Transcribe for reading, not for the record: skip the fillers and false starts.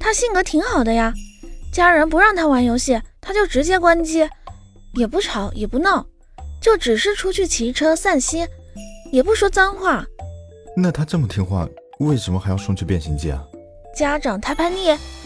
他性格挺好的呀，家人不让他玩游戏，他就直接关机，也不吵也不闹，就只是出去骑车散心，也不说脏话。 那他这么听话，为什么还要送去变形记啊？ 家长太叛逆，